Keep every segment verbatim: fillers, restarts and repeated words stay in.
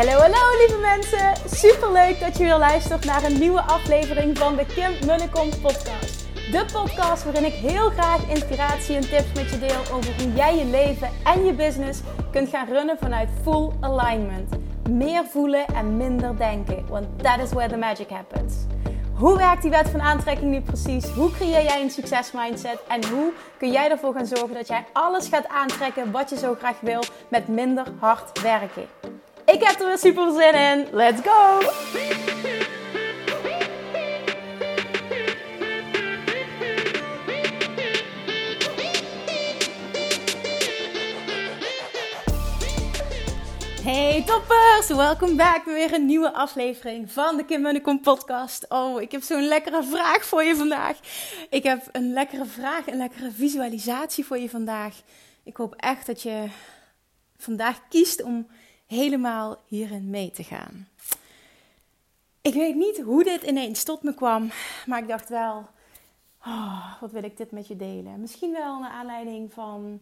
Hallo, hallo lieve mensen! Superleuk dat je weer luistert naar een nieuwe aflevering van de Kim Munnekom podcast. De podcast waarin ik heel graag inspiratie en tips met je deel over hoe jij je leven en je business kunt gaan runnen vanuit full alignment. Meer voelen en minder denken, want that is where the magic happens. Hoe werkt die wet van aantrekking nu precies? Hoe creëer jij een succesmindset? En hoe kun jij ervoor gaan zorgen dat jij alles gaat aantrekken wat je zo graag wil met minder hard werken? Ik heb er weer super zin in. Let's go! Hey toppers, welkom back bij weer een nieuwe aflevering van de Kim Munnekom podcast. Oh, ik heb zo'n lekkere vraag voor je vandaag. Ik heb een lekkere vraag, een lekkere visualisatie voor je vandaag. Ik hoop echt dat je vandaag kiest om helemaal hierin mee te gaan. Ik weet niet hoe dit ineens tot me kwam, maar ik dacht wel, oh, wat wil ik dit met je delen? Misschien wel naar aanleiding van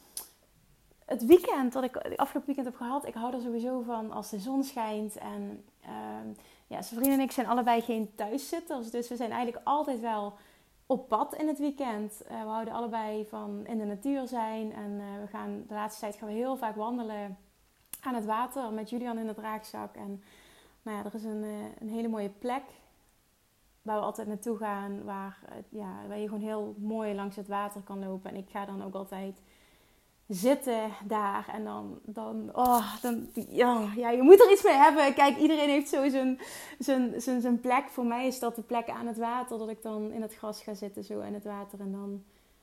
het weekend dat ik afgelopen weekend heb gehad. Ik hou er sowieso van als de zon schijnt. En uh, ja, zijn vrienden en ik zijn allebei geen thuiszitters. Dus we zijn eigenlijk altijd wel op pad in het weekend. Uh, we houden allebei van in de natuur zijn. En uh, we gaan, de laatste tijd gaan we heel vaak wandelen aan het water met Julian in de draagzak. En nou ja, er is een, uh, een hele mooie plek waar we altijd naartoe gaan. Waar, uh, ja, waar je gewoon heel mooi langs het water kan lopen. En ik ga dan ook altijd zitten daar en dan, dan, oh, dan ja, ja, je moet er iets mee hebben. Kijk, iedereen heeft zo zijn, zijn, zijn, zijn plek. Voor mij is dat de plek aan het water, dat ik dan in het gras ga zitten, zo in het water. En dan,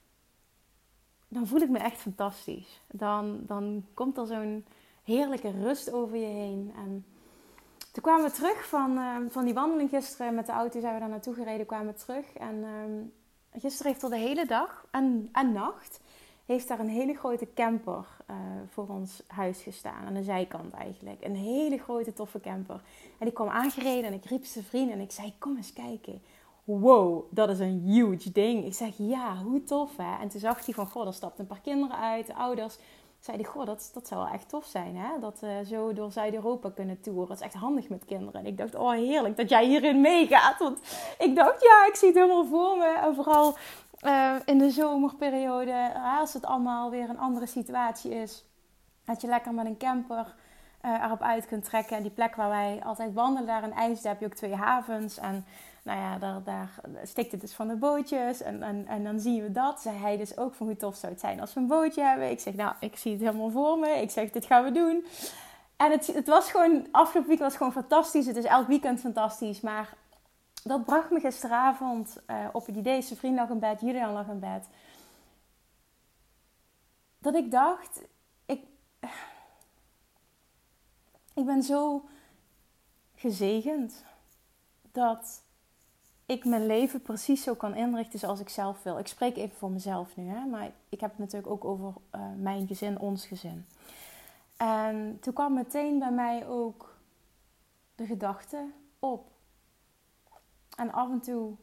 dan voel ik me echt fantastisch. Dan, dan komt er zo'n heerlijke rust over je heen. En toen kwamen we terug van, uh, van die wandeling gisteren. Met de auto zijn we daar naartoe gereden, kwamen we terug. En uh, gisteren heeft er de hele dag en, en nacht heeft daar een hele grote camper uh, voor ons huis gestaan. Aan de zijkant eigenlijk. Een hele grote toffe camper. En die kwam aangereden en ik riep zijn vriend en ik zei, kom eens kijken. Wow, dat is een huge ding. Ik zeg, ja, hoe tof hè. En toen zag hij van, goh, er stapten een paar kinderen uit, de ouders. Zei hij, goh, dat, dat zou wel echt tof zijn hè. Dat we uh, zo door Zuid-Europa kunnen toeren. Dat is echt handig met kinderen. En ik dacht, oh heerlijk dat jij hierin meegaat. Want ik dacht, ja, ik zie het helemaal voor me. En vooral Uh, in de zomerperiode, uh, als het allemaal weer een andere situatie is, dat je lekker met een camper uh, erop uit kunt trekken. En die plek waar wij altijd wandelen, daar in IJsden heb je ook twee havens. En nou ja, daar, daar stikt het dus van de bootjes. En, en, en dan zien we dat. Zei hij dus ook van hoe tof zou het zijn als we een bootje hebben. Ik zeg, nou, ik zie het helemaal voor me. Ik zeg, dit gaan we doen. En het, het was gewoon, afgelopen weekend was gewoon fantastisch. Het is elk weekend fantastisch, maar dat bracht me gisteravond uh, op het idee. Zijn vriend lag in bed, Julian lag in bed. Dat ik dacht, ik, ik ben zo gezegend dat ik mijn leven precies zo kan inrichten zoals ik zelf wil. Ik spreek even voor mezelf nu, hè? Maar ik heb het natuurlijk ook over uh, mijn gezin, ons gezin. En toen kwam meteen bij mij ook de gedachte op. En af en toe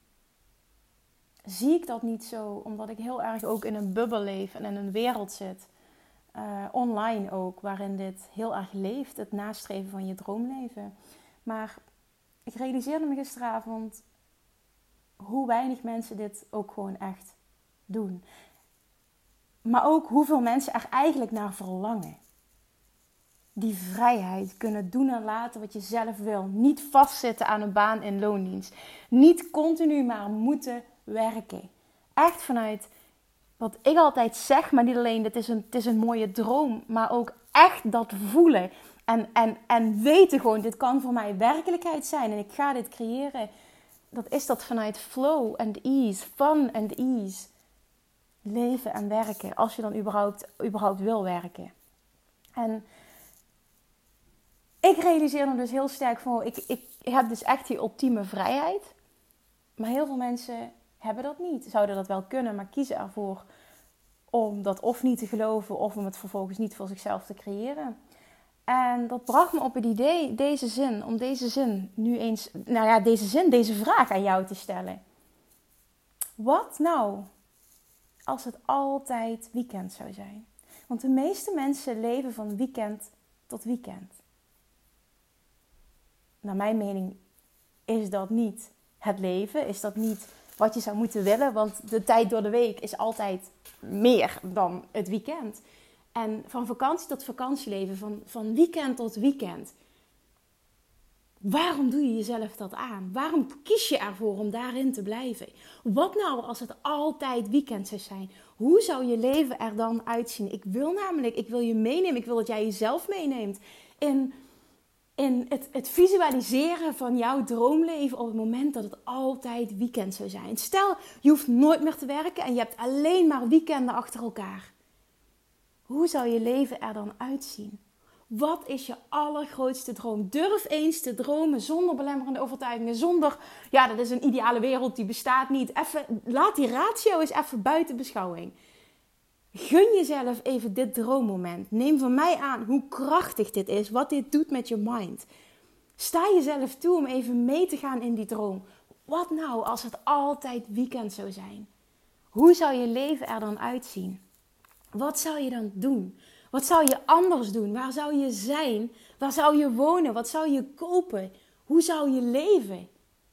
zie ik dat niet zo, omdat ik heel erg ook in een bubbel leef en in een wereld zit. Uh, online ook, waarin dit heel erg leeft, het nastreven van je droomleven. Maar ik realiseerde me gisteravond hoe weinig mensen dit ook gewoon echt doen. Maar ook hoeveel mensen er eigenlijk naar verlangen. Die vrijheid kunnen doen en laten wat je zelf wil. Niet vastzitten aan een baan in loondienst. Niet continu maar moeten werken. Echt vanuit wat ik altijd zeg, maar niet alleen, het is een, het is een mooie droom. Maar ook echt dat voelen. En, en, en weten gewoon, dit kan voor mij werkelijkheid zijn. En ik ga dit creëren. Dat is dat vanuit flow and ease. Fun and ease. Leven en werken. Als je dan überhaupt, überhaupt wil werken. En ik realiseer me dus heel sterk van, ik, ik heb dus echt die ultieme vrijheid. Maar heel veel mensen hebben dat niet. Zouden dat wel kunnen, maar kiezen ervoor om dat of niet te geloven of om het vervolgens niet voor zichzelf te creëren. En dat bracht me op het idee, deze zin, om deze zin nu eens, nou ja, deze zin, deze vraag aan jou te stellen. Wat nou als het altijd weekend zou zijn? Want de meeste mensen leven van weekend tot weekend. naar mijn mening is dat niet het leven. Is dat niet wat je zou moeten willen. Want de tijd door de week is altijd meer dan het weekend. En van vakantie tot vakantieleven, van, van weekend tot weekend. Waarom doe je jezelf dat aan? Waarom kies je ervoor om daarin te blijven? Wat nou als het altijd weekend zou zijn? Hoe zou je leven er dan uitzien? Ik wil namelijk, ik wil je meenemen. Ik wil dat jij jezelf meeneemt in, in het, het visualiseren van jouw droomleven op het moment dat het altijd weekend zou zijn. Stel, je hoeft nooit meer te werken en je hebt alleen maar weekenden achter elkaar. Hoe zou je leven er dan uitzien? Wat is je allergrootste droom? Durf eens te dromen zonder belemmerende overtuigingen. Zonder, ja, dat is een ideale wereld, die bestaat niet. Even, laat die ratio eens even buiten beschouwing. Gun jezelf even dit droommoment. Neem van mij aan hoe krachtig dit is. Wat dit doet met je mind. Sta jezelf toe om even mee te gaan in die droom. Wat nou als het altijd weekend zou zijn? Hoe zou je leven er dan uitzien? Wat zou je dan doen? Wat zou je anders doen? Waar zou je zijn? Waar zou je wonen? Wat zou je kopen? Hoe zou je leven?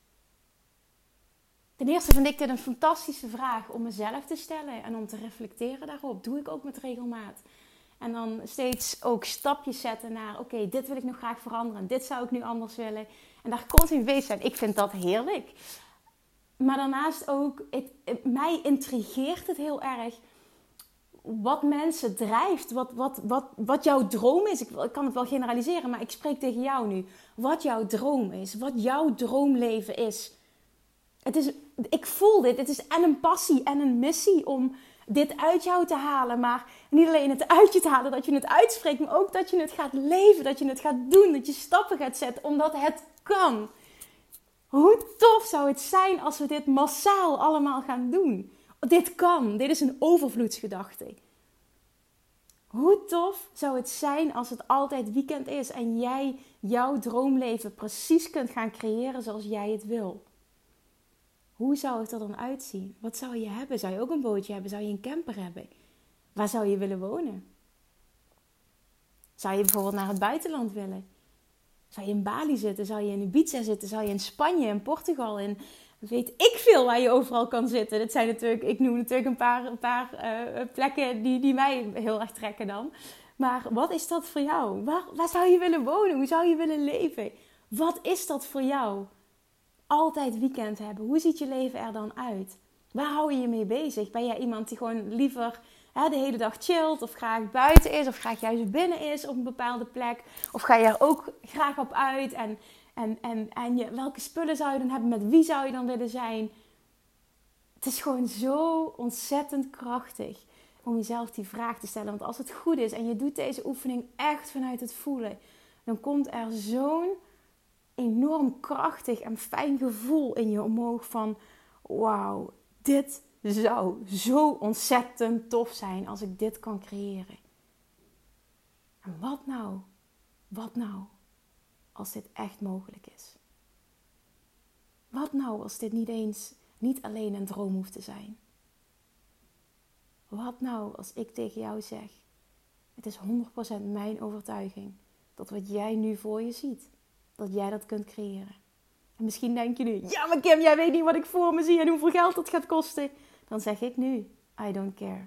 Ten eerste vind ik dit een fantastische vraag om mezelf te stellen en om te reflecteren daarop. Doe ik ook met regelmaat. En dan steeds ook stapjes zetten naar, oké, okay, dit wil ik nog graag veranderen. Dit zou ik nu anders willen. En daar continu bezig zijn. Ik vind dat heerlijk. Maar daarnaast ook, het, het, mij intrigeert het heel erg wat mensen drijft, wat, wat, wat, wat jouw droom is. Ik, ik kan het wel generaliseren, maar ik spreek tegen jou nu. Wat jouw droom is, wat jouw droomleven is. Het is, ik voel dit, het is en een passie en een missie om dit uit jou te halen. Maar niet alleen het uit je te halen, dat je het uitspreekt, maar ook dat je het gaat leven, dat je het gaat doen, dat je stappen gaat zetten, omdat het kan. Hoe tof zou het zijn als we dit massaal allemaal gaan doen? Dit kan, dit is een overvloedsgedachte. Hoe tof zou het zijn als het altijd weekend is en jij jouw droomleven precies kunt gaan creëren zoals jij het wil? Hoe zou het er dan uitzien? Wat zou je hebben? Zou je ook een bootje hebben? Zou je een camper hebben? Waar zou je willen wonen? Zou je bijvoorbeeld naar het buitenland willen? Zou je in Bali zitten? Zou je in Ibiza zitten? Zou je in Spanje, in Portugal, in weet ik veel waar je overal kan zitten? Dat zijn natuurlijk, ik noem natuurlijk een paar, een paar uh, plekken die, die mij heel erg trekken dan. Maar wat is dat voor jou? Waar, waar zou je willen wonen? Hoe zou je willen leven? Wat is dat voor jou? Altijd weekend hebben. Hoe ziet je leven er dan uit? Waar hou je je mee bezig? Ben jij iemand die gewoon liever hè, de hele dag chillt of graag buiten is of graag juist binnen is op een bepaalde plek? Of ga je er ook graag op uit? En, en, en, en je, welke spullen zou je dan hebben? Met wie zou je dan willen zijn? Het is gewoon zo ontzettend krachtig om jezelf die vraag te stellen. Want als het goed is en je doet deze oefening echt vanuit het voelen, dan komt er zo'n enorm krachtig en fijn gevoel in je omhoog van wauw, dit zou zo ontzettend tof zijn als ik dit kan creëren. En wat nou, wat nou als dit echt mogelijk is? Wat nou als dit niet eens, niet alleen een droom hoeft te zijn? Wat nou als ik tegen jou zeg, het is honderd procent mijn overtuiging dat wat jij nu voor je ziet, dat jij dat kunt creëren. En misschien denk je nu, ja maar Kim, jij weet niet wat ik voor me zie en hoeveel geld dat gaat kosten. Dan zeg ik nu, I don't care.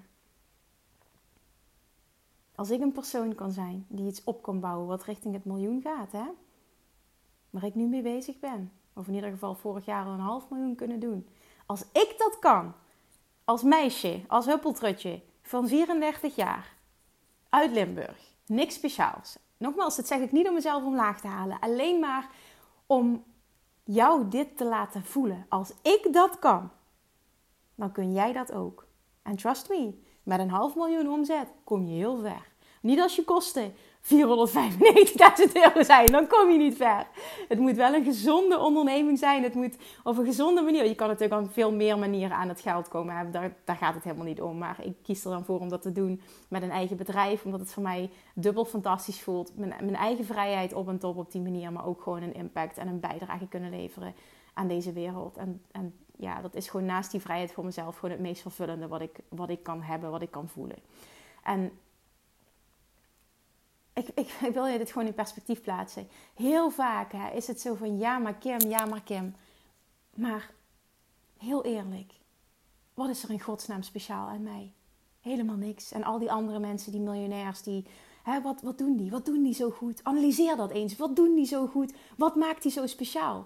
Als ik een persoon kan zijn die iets op kan bouwen wat richting het miljoen gaat, hè, waar ik nu mee bezig ben, of in ieder geval vorig jaar al een half miljoen kunnen doen. Als ik dat kan, als meisje, als huppeltrutje van vierendertig jaar, uit Limburg, niks speciaals. Nogmaals, dat zeg ik niet om mezelf omlaag te halen. Alleen maar om jou dit te laten voelen. Als ik dat kan, dan kun jij dat ook. En trust me, met een half miljoen omzet kom je heel ver. Niet als je kosten vierhonderdvijfennegentigduizend euro zijn, dan kom je niet ver. Het moet wel een gezonde onderneming zijn. Het moet op een gezonde manier. Je kan natuurlijk op veel meer manieren aan het geld komen. Daar, daar gaat het helemaal niet om. Maar ik kies er dan voor om dat te doen met een eigen bedrijf. Omdat het voor mij dubbel fantastisch voelt. Mijn, mijn eigen vrijheid op en top op die manier. Maar ook gewoon een impact en een bijdrage kunnen leveren aan deze wereld. En, en ja, dat is gewoon naast die vrijheid voor mezelf gewoon het meest vervullende wat ik, wat ik kan hebben, wat ik kan voelen. En Ik, ik, ik wil je dit gewoon in perspectief plaatsen. Heel vaak hè, is het zo van ja maar Kim, ja maar Kim. Maar heel eerlijk, wat is er in godsnaam speciaal aan mij? Helemaal niks. En al die andere mensen, die miljonairs, die, hè, wat, wat doen die? Wat doen die zo goed? Analyseer dat eens. Wat doen die zo goed? Wat maakt die zo speciaal?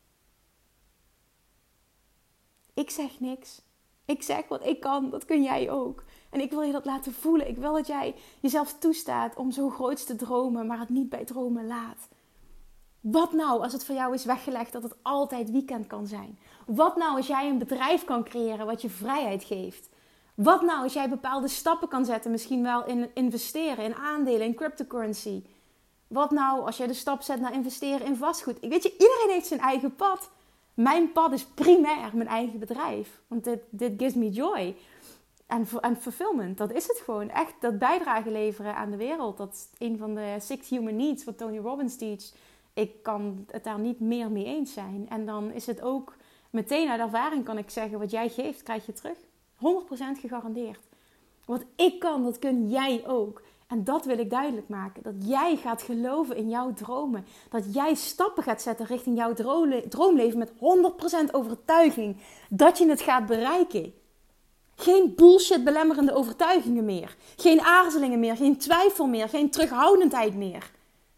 Ik zeg niks. Ik zeg wat ik kan, dat kun jij ook. En ik wil je dat laten voelen. Ik wil dat jij jezelf toestaat om zo groots te dromen, maar het niet bij dromen laat. Wat nou als het voor jou is weggelegd dat het altijd weekend kan zijn? Wat nou als jij een bedrijf kan creëren wat je vrijheid geeft? Wat nou als jij bepaalde stappen kan zetten, misschien wel in investeren, in aandelen, in cryptocurrency? Wat nou als jij de stap zet naar investeren in vastgoed? Ik weet je, iedereen heeft zijn eigen pad. Mijn pad is primair mijn eigen bedrijf. Want dit, dit gives me joy. En, en fulfillment, dat is het gewoon. Echt dat bijdrage leveren aan de wereld. Dat is een van de six human needs wat Tony Robbins teach. Ik kan het daar niet meer mee eens zijn. En dan is het ook meteen uit ervaring kan ik zeggen, wat jij geeft, krijg je terug. honderd procent gegarandeerd. Wat ik kan, dat kun jij ook. En dat wil ik duidelijk maken. Dat jij gaat geloven in jouw dromen. Dat jij stappen gaat zetten richting jouw droomleven met honderd procent overtuiging. Dat je het gaat bereiken. Geen bullshit belemmerende overtuigingen meer. Geen aarzelingen meer. Geen twijfel meer. Geen terughoudendheid meer.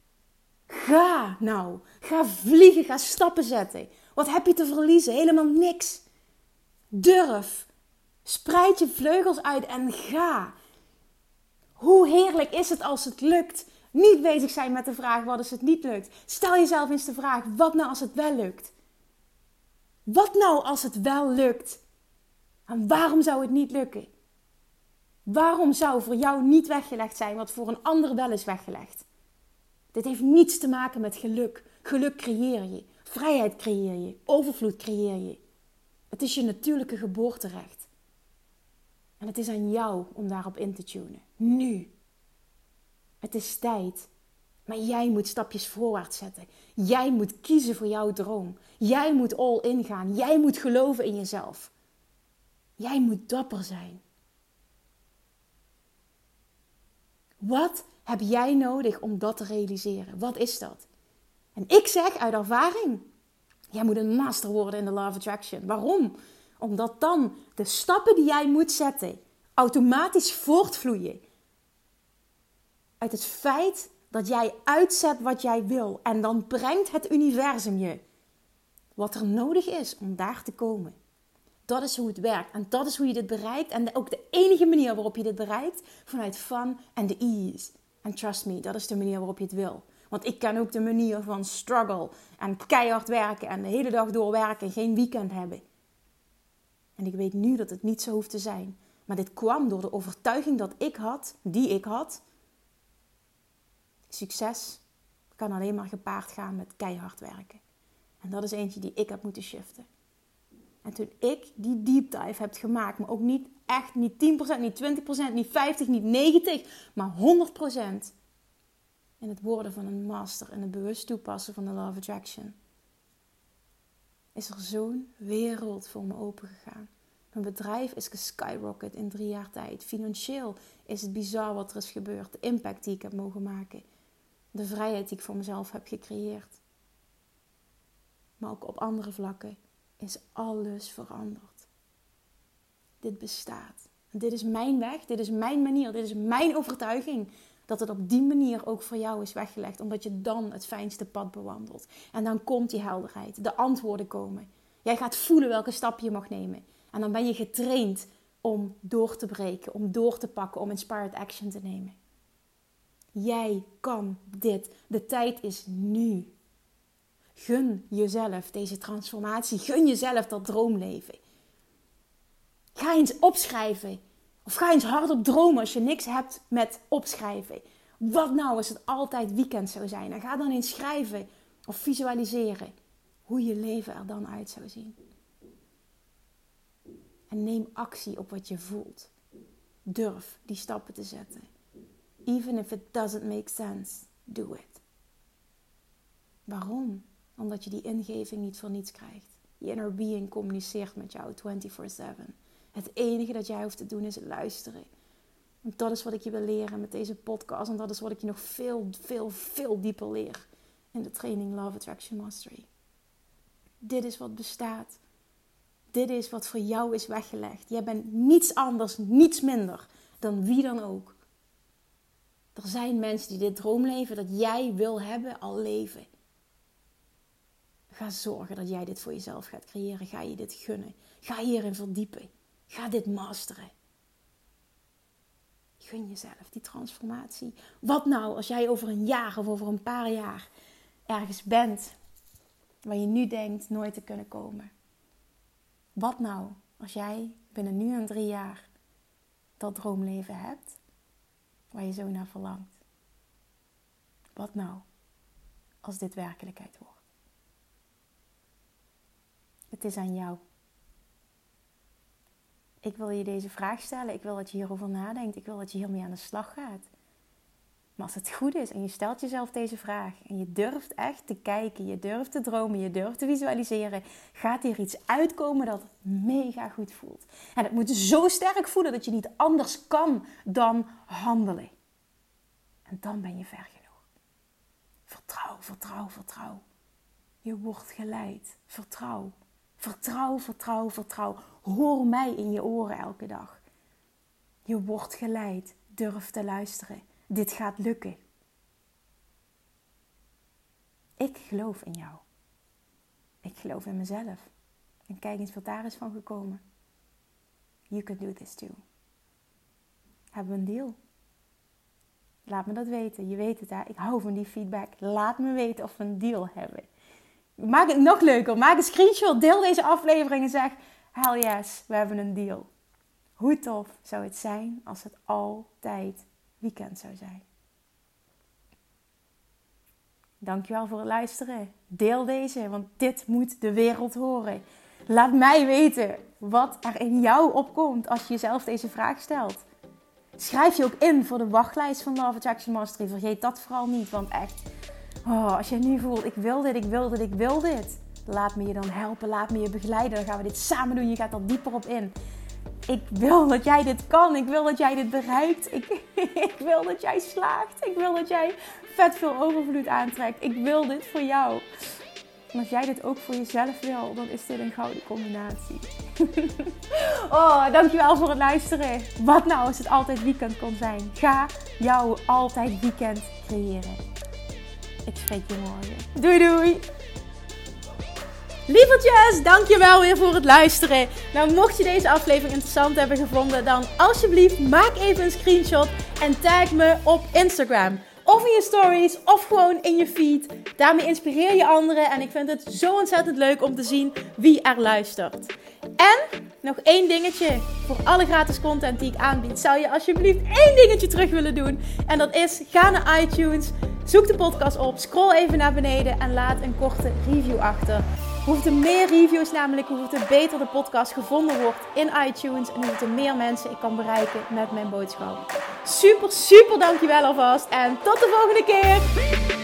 Ga nou. Ga vliegen. Ga stappen zetten. Wat heb je te verliezen? Helemaal niks. Durf. Spreid je vleugels uit en ga. Hoe heerlijk is het als het lukt? Niet bezig zijn met de vraag wat als het niet lukt. Stel jezelf eens de vraag, wat nou als het wel lukt? Wat nou als het wel lukt? En waarom zou het niet lukken? Waarom zou voor jou niet weggelegd zijn wat voor een ander wel is weggelegd? Dit heeft niets te maken met geluk. Geluk creëer je. Vrijheid creëer je. Overvloed creëer je. Het is je natuurlijke geboorterecht. En het is aan jou om daarop in te tunen. Nu. Het is tijd. Maar jij moet stapjes voorwaarts zetten. Jij moet kiezen voor jouw droom. Jij moet all in gaan. Jij moet geloven in jezelf. Jij moet dapper zijn. Wat heb jij nodig om dat te realiseren? Wat is dat? En ik zeg uit ervaring. Jij moet een master worden in de Law of Attraction. Waarom? Omdat dan de stappen die jij moet zetten automatisch voortvloeien uit het feit dat jij uitzet wat jij wil. En dan brengt het universum je wat er nodig is om daar te komen. Dat is hoe het werkt. En dat is hoe je dit bereikt. En ook de enige manier waarop je dit bereikt. Vanuit fun en de ease. En trust me, dat is de manier waarop je het wil. Want ik ken ook de manier van struggle. En keihard werken. En de hele dag doorwerken. En geen weekend hebben. En ik weet nu dat het niet zo hoeft te zijn. Maar dit kwam door de overtuiging dat ik had. Die ik had. Succes kan alleen maar gepaard gaan met keihard werken. En dat is eentje die ik heb moeten shiften. En toen ik die deep dive heb gemaakt, maar ook niet echt, niet tien procent, niet twintig procent, niet vijftig, niet negentig, maar honderd procent in het worden van een master en het bewust toepassen van de Law of Attraction, is er zo'n wereld voor me open gegaan. Mijn bedrijf is geskyrocket in drie jaar tijd. Financieel is het bizar wat er is gebeurd. De impact die ik heb mogen maken. De vrijheid die ik voor mezelf heb gecreëerd. Maar ook op andere vlakken is alles veranderd. Dit bestaat. En dit is mijn weg, dit is mijn manier, dit is mijn overtuiging. Dat het op die manier ook voor jou is weggelegd. Omdat je dan het fijnste pad bewandelt. En dan komt die helderheid. De antwoorden komen. Jij gaat voelen welke stap je mag nemen. En dan ben je getraind om door te breken. Om door te pakken. Om inspired action te nemen. Jij kan dit. De tijd is nu. Gun jezelf deze transformatie. Gun jezelf dat droomleven. Ga eens opschrijven. Of ga eens hardop dromen als je niks hebt met opschrijven. Wat nou als het altijd weekend zou zijn? En ga dan eens schrijven of visualiseren hoe je leven er dan uit zou zien. En neem actie op wat je voelt. Durf die stappen te zetten. Even if it doesn't make sense, do it. Waarom? Omdat je die ingeving niet voor niets krijgt. Je inner being communiceert met jou vierentwintig zeven. Het enige dat jij hoeft te doen is luisteren. Dat is wat ik je wil leren met deze podcast. En dat is wat ik je nog veel, veel, veel dieper leer in de training Love Attraction Mastery. Dit is wat bestaat. Dit is wat voor jou is weggelegd. Jij bent niets anders, niets minder dan wie dan ook. Er zijn mensen die dit droomleven dat jij wil hebben al leven. Ga zorgen dat jij dit voor jezelf gaat creëren. Ga je dit gunnen. Ga hierin verdiepen. Ga dit masteren. Gun jezelf die transformatie. Wat nou als jij over een jaar of over een paar jaar ergens bent waar je nu denkt nooit te kunnen komen? Wat nou als jij binnen nu en drie jaar dat droomleven hebt waar je zo naar verlangt? Wat nou als dit werkelijkheid wordt? Het is aan jou. Ik wil je deze vraag stellen. Ik wil dat je hierover nadenkt. Ik wil dat je hiermee aan de slag gaat. Maar als het goed is en je stelt jezelf deze vraag en je durft echt te kijken, je durft te dromen, je durft te visualiseren, gaat hier iets uitkomen dat mega goed voelt. En het moet zo sterk voelen dat je niet anders kan dan handelen. En dan ben je ver genoeg. Vertrouw, vertrouw, vertrouw. Je wordt geleid. Vertrouw. Vertrouw, vertrouw, vertrouw. Hoor mij in je oren elke dag. Je wordt geleid. Durf te luisteren. Dit gaat lukken. Ik geloof in jou. Ik geloof in mezelf. En kijk eens wat daar is van gekomen. You can do this too. Hebben we een deal? Laat me dat weten. Je weet het, hè? Ik hou van die feedback. Laat me weten of we een deal hebben. Maak het nog leuker. Maak een screenshot. Deel deze aflevering en zeg: hell yes, we hebben een deal. Hoe tof zou het zijn als het altijd weekend zou zijn. Dankjewel voor het luisteren. Deel deze, want dit moet de wereld horen. Laat mij weten wat er in jou opkomt als je jezelf deze vraag stelt. Schrijf je ook in voor de wachtlijst van Love Attraction Mastery. Vergeet dat vooral niet, want echt, oh, als je nu voelt, ik wil dit, ik wil dit, ik wil dit. Laat me je dan helpen, laat me je begeleiden. Dan gaan we dit samen doen, je gaat er dieper op in. Ik wil dat jij dit kan. Ik wil dat jij dit bereikt. Ik, ik wil dat jij slaagt. Ik wil dat jij vet veel overvloed aantrekt. Ik wil dit voor jou. En als jij dit ook voor jezelf wil, dan is dit een gouden combinatie. Oh, dankjewel voor het luisteren. Wat nou als het altijd weekend kon zijn? Ga jouw altijd weekend creëren. Ik spreek je morgen. Doei doei! Lievertjes, dankjewel weer voor het luisteren. Nou, mocht je deze aflevering interessant hebben gevonden, dan alsjeblieft maak even een screenshot en tag me op Instagram. Of in je stories, of gewoon in je feed. Daarmee inspireer je anderen en ik vind het zo ontzettend leuk om te zien wie er luistert. En nog één dingetje. Voor alle gratis content die ik aanbied, zou je alsjeblieft één dingetje terug willen doen. En dat is, ga naar iTunes, zoek de podcast op, scroll even naar beneden en laat een korte review achter. Hoe er meer reviews namelijk, hoe er beter de podcast gevonden wordt in iTunes. En hoe er meer mensen ik kan bereiken met mijn boodschap. Super, super dankjewel alvast. En tot de volgende keer.